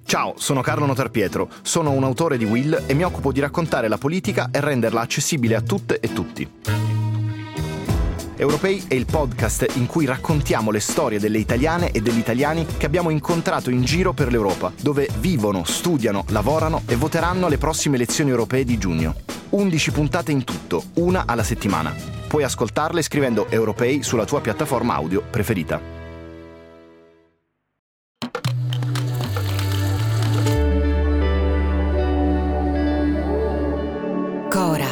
Ciao, sono Carlo Notarpietro, sono un autore di Will e mi occupo di raccontare la politica e renderla accessibile a tutte e tutti. Europei è il podcast in cui raccontiamo le storie delle italiane e degli italiani che abbiamo incontrato in giro per l'Europa, dove vivono, studiano, lavorano e voteranno alle prossime elezioni europee di giugno. 11 puntate in tutto, una alla settimana. Puoi ascoltarle scrivendo Europei sulla tua piattaforma audio preferita. Cora.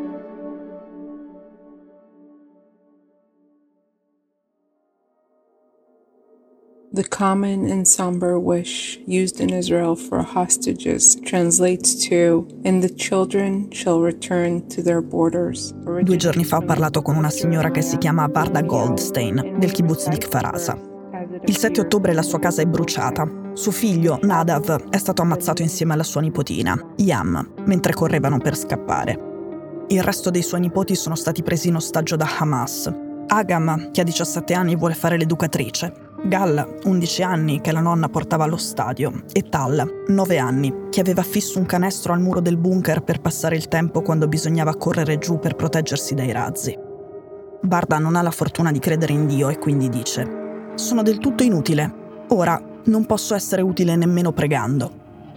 The common and somber wish used in Israel for hostages translates to, "And the children shall return to their borders." 2 giorni fa ho parlato con una signora che si chiama Varda Goldstein, del kibbutz di Kfar Aza. Il 7 ottobre la sua casa è bruciata. Suo figlio, Nadav, è stato ammazzato insieme alla sua nipotina, Yam, mentre correvano per scappare. Il resto dei suoi nipoti sono stati presi in ostaggio da Hamas. Agam, che ha 17 anni, vuole fare l'educatrice. Gal, 11 anni, che la nonna portava allo stadio. E Tal, 9 anni, che aveva fisso un canestro al muro del bunker per passare il tempo quando bisognava correre giù per proteggersi dai razzi. Varda non ha la fortuna di credere in Dio e quindi dice: "Sono del tutto inutile. Ora non posso essere utile nemmeno pregando."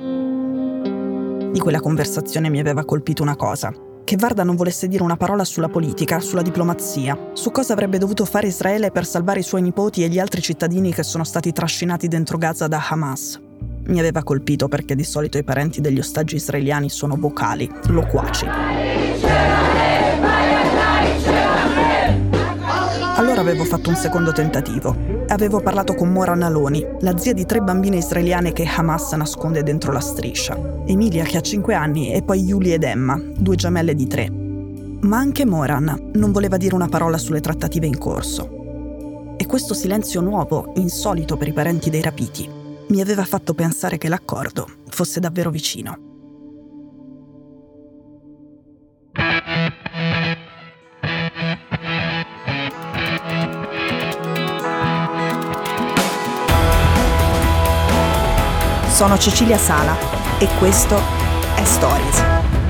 Di quella conversazione mi aveva colpito una cosa: che Varda non volesse dire una parola sulla politica, sulla diplomazia, su cosa avrebbe dovuto fare Israele per salvare i suoi nipoti e gli altri cittadini che sono stati trascinati dentro Gaza da Hamas. Mi aveva colpito perché di solito i parenti degli ostaggi israeliani sono vocali, loquaci. Allora avevo fatto un secondo tentativo. Avevo parlato con Moran Aloni, la zia di 3 bambine israeliane che Hamas nasconde dentro la striscia. Emilia, che ha 5 anni, e poi Yuli ed Emma, 2 gemelle di 3. Ma anche Moran non voleva dire una parola sulle trattative in corso. E questo silenzio nuovo, insolito per i parenti dei rapiti, mi aveva fatto pensare che l'accordo fosse davvero vicino. Sono Cecilia Sala e questo è Stories.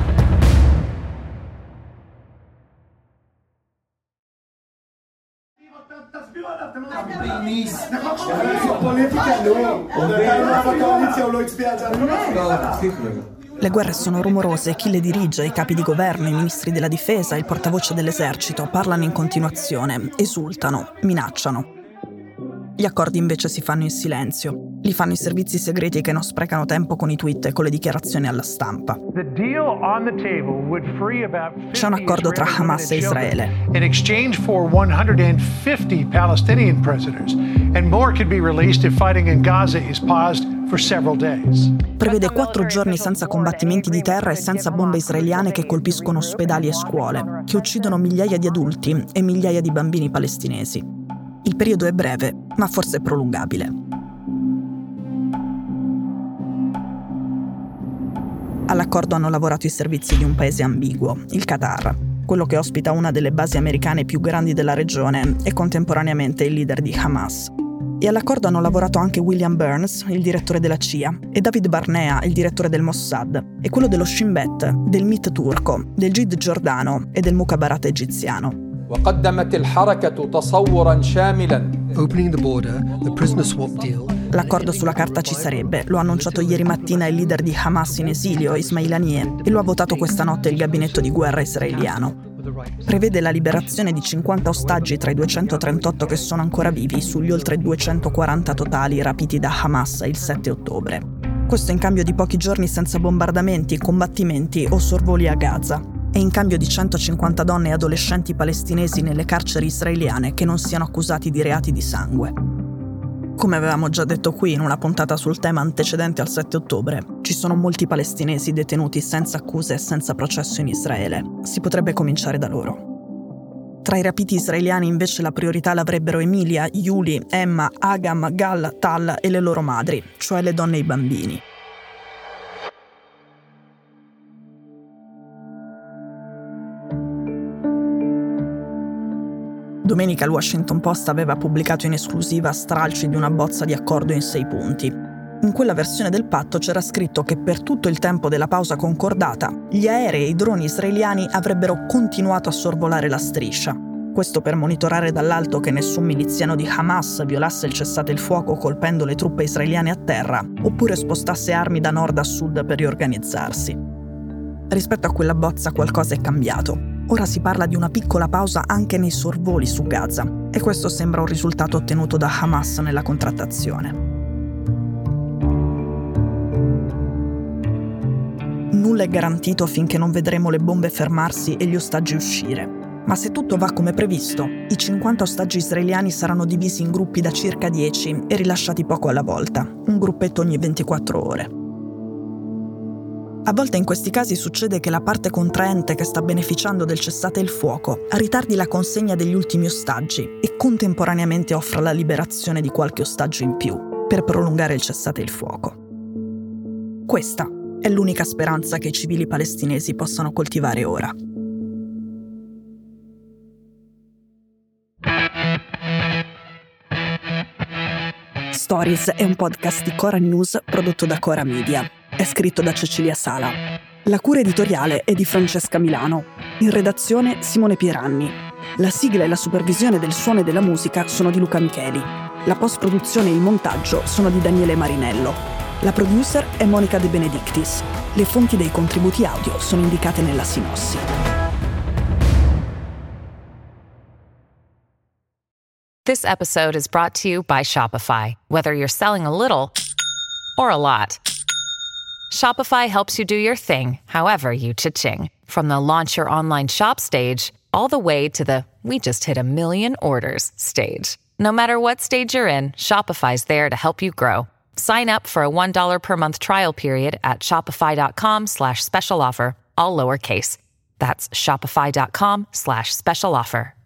Le guerre sono rumorose, chi le dirige, i capi di governo, i ministri della difesa, il portavoce dell'esercito parlano in continuazione, esultano, minacciano. Gli accordi invece si fanno in silenzio. Li fanno i servizi segreti che non sprecano tempo con i tweet e con le dichiarazioni alla stampa. C'è un accordo tra Hamas e Israele. In exchange for 150 Palestinian prisoners, and more could be released if fighting in Gaza is paused for several days. Prevede 4 giorni senza combattimenti di terra e senza bombe israeliane che colpiscono ospedali e scuole, che uccidono migliaia di adulti e migliaia di bambini palestinesi. Il periodo è breve, ma forse prolungabile. All'accordo hanno lavorato i servizi di un paese ambiguo, il Qatar, quello che ospita una delle basi americane più grandi della regione e contemporaneamente il leader di Hamas. E all'accordo hanno lavorato anche William Burns, il direttore della CIA, e David Barnea, il direttore del Mossad, e quello dello Shin Bet, del MIT turco, del Jid giordano e del Mukhabarat egiziano. وقدمت الحركة تصوراً شاملاً. Opening the border, the prisoner swap deal. L'accordo sulla carta ci sarebbe, lo ha annunciato ieri mattina il leader di Hamas in esilio, Ismail Haniyeh, e lo ha votato questa notte il gabinetto di guerra israeliano. Prevede la liberazione di 50 ostaggi tra i 238 che sono ancora vivi sugli oltre 240 totali rapiti da Hamas il 7 ottobre. Questo in cambio di pochi giorni senza bombardamenti, combattimenti o sorvoli a Gaza. E in cambio di 150 donne e adolescenti palestinesi nelle carceri israeliane che non siano accusati di reati di sangue. Come avevamo già detto qui in una puntata sul tema antecedente al 7 ottobre, ci sono molti palestinesi detenuti senza accuse e senza processo in Israele. Si potrebbe cominciare da loro. Tra i rapiti israeliani invece la priorità l'avrebbero Emilia, Yuli, Emma, Agam, Gal, Tal e le loro madri, cioè le donne e i bambini. Domenica il Washington Post aveva pubblicato in esclusiva stralci di una bozza di accordo in 6 punti. In quella versione del patto c'era scritto che per tutto il tempo della pausa concordata, gli aerei e i droni israeliani avrebbero continuato a sorvolare la striscia. Questo per monitorare dall'alto che nessun miliziano di Hamas violasse il cessate il fuoco colpendo le truppe israeliane a terra, oppure spostasse armi da nord a sud per riorganizzarsi. Rispetto a quella bozza qualcosa è cambiato. Ora si parla di una piccola pausa anche nei sorvoli su Gaza, e questo sembra un risultato ottenuto da Hamas nella contrattazione. Nulla è garantito finché non vedremo le bombe fermarsi e gli ostaggi uscire. Ma se tutto va come previsto, i 50 ostaggi israeliani saranno divisi in gruppi da circa 10 e rilasciati poco alla volta, un gruppetto ogni 24 ore. A volte in questi casi succede che la parte contraente che sta beneficiando del cessate il fuoco ritardi la consegna degli ultimi ostaggi e contemporaneamente offra la liberazione di qualche ostaggio in più per prolungare il cessate il fuoco. Questa è l'unica speranza che i civili palestinesi possano coltivare ora. Stories è un podcast di Cora News prodotto da Cora Media. È scritto da Cecilia Sala. La cura editoriale è di Francesca Milano. In redazione Simone Pieranni. La sigla e la supervisione del suono e della musica sono di Luca Micheli. La post-produzione e il montaggio sono di Daniele Marinello. La producer è Monica De Benedictis. Le fonti dei contributi audio sono indicate nella sinossi. This episode is brought to you by Shopify. Whether you're selling a little or a lot, Shopify helps you do your thing, however you cha-ching. From the launch your online shop stage, all the way to the we just hit 1 million orders stage. No matter what stage you're in, Shopify's there to help you grow. Sign up for a $1 per month trial period at shopify.com/special offer, all lowercase. That's shopify.com/special offer.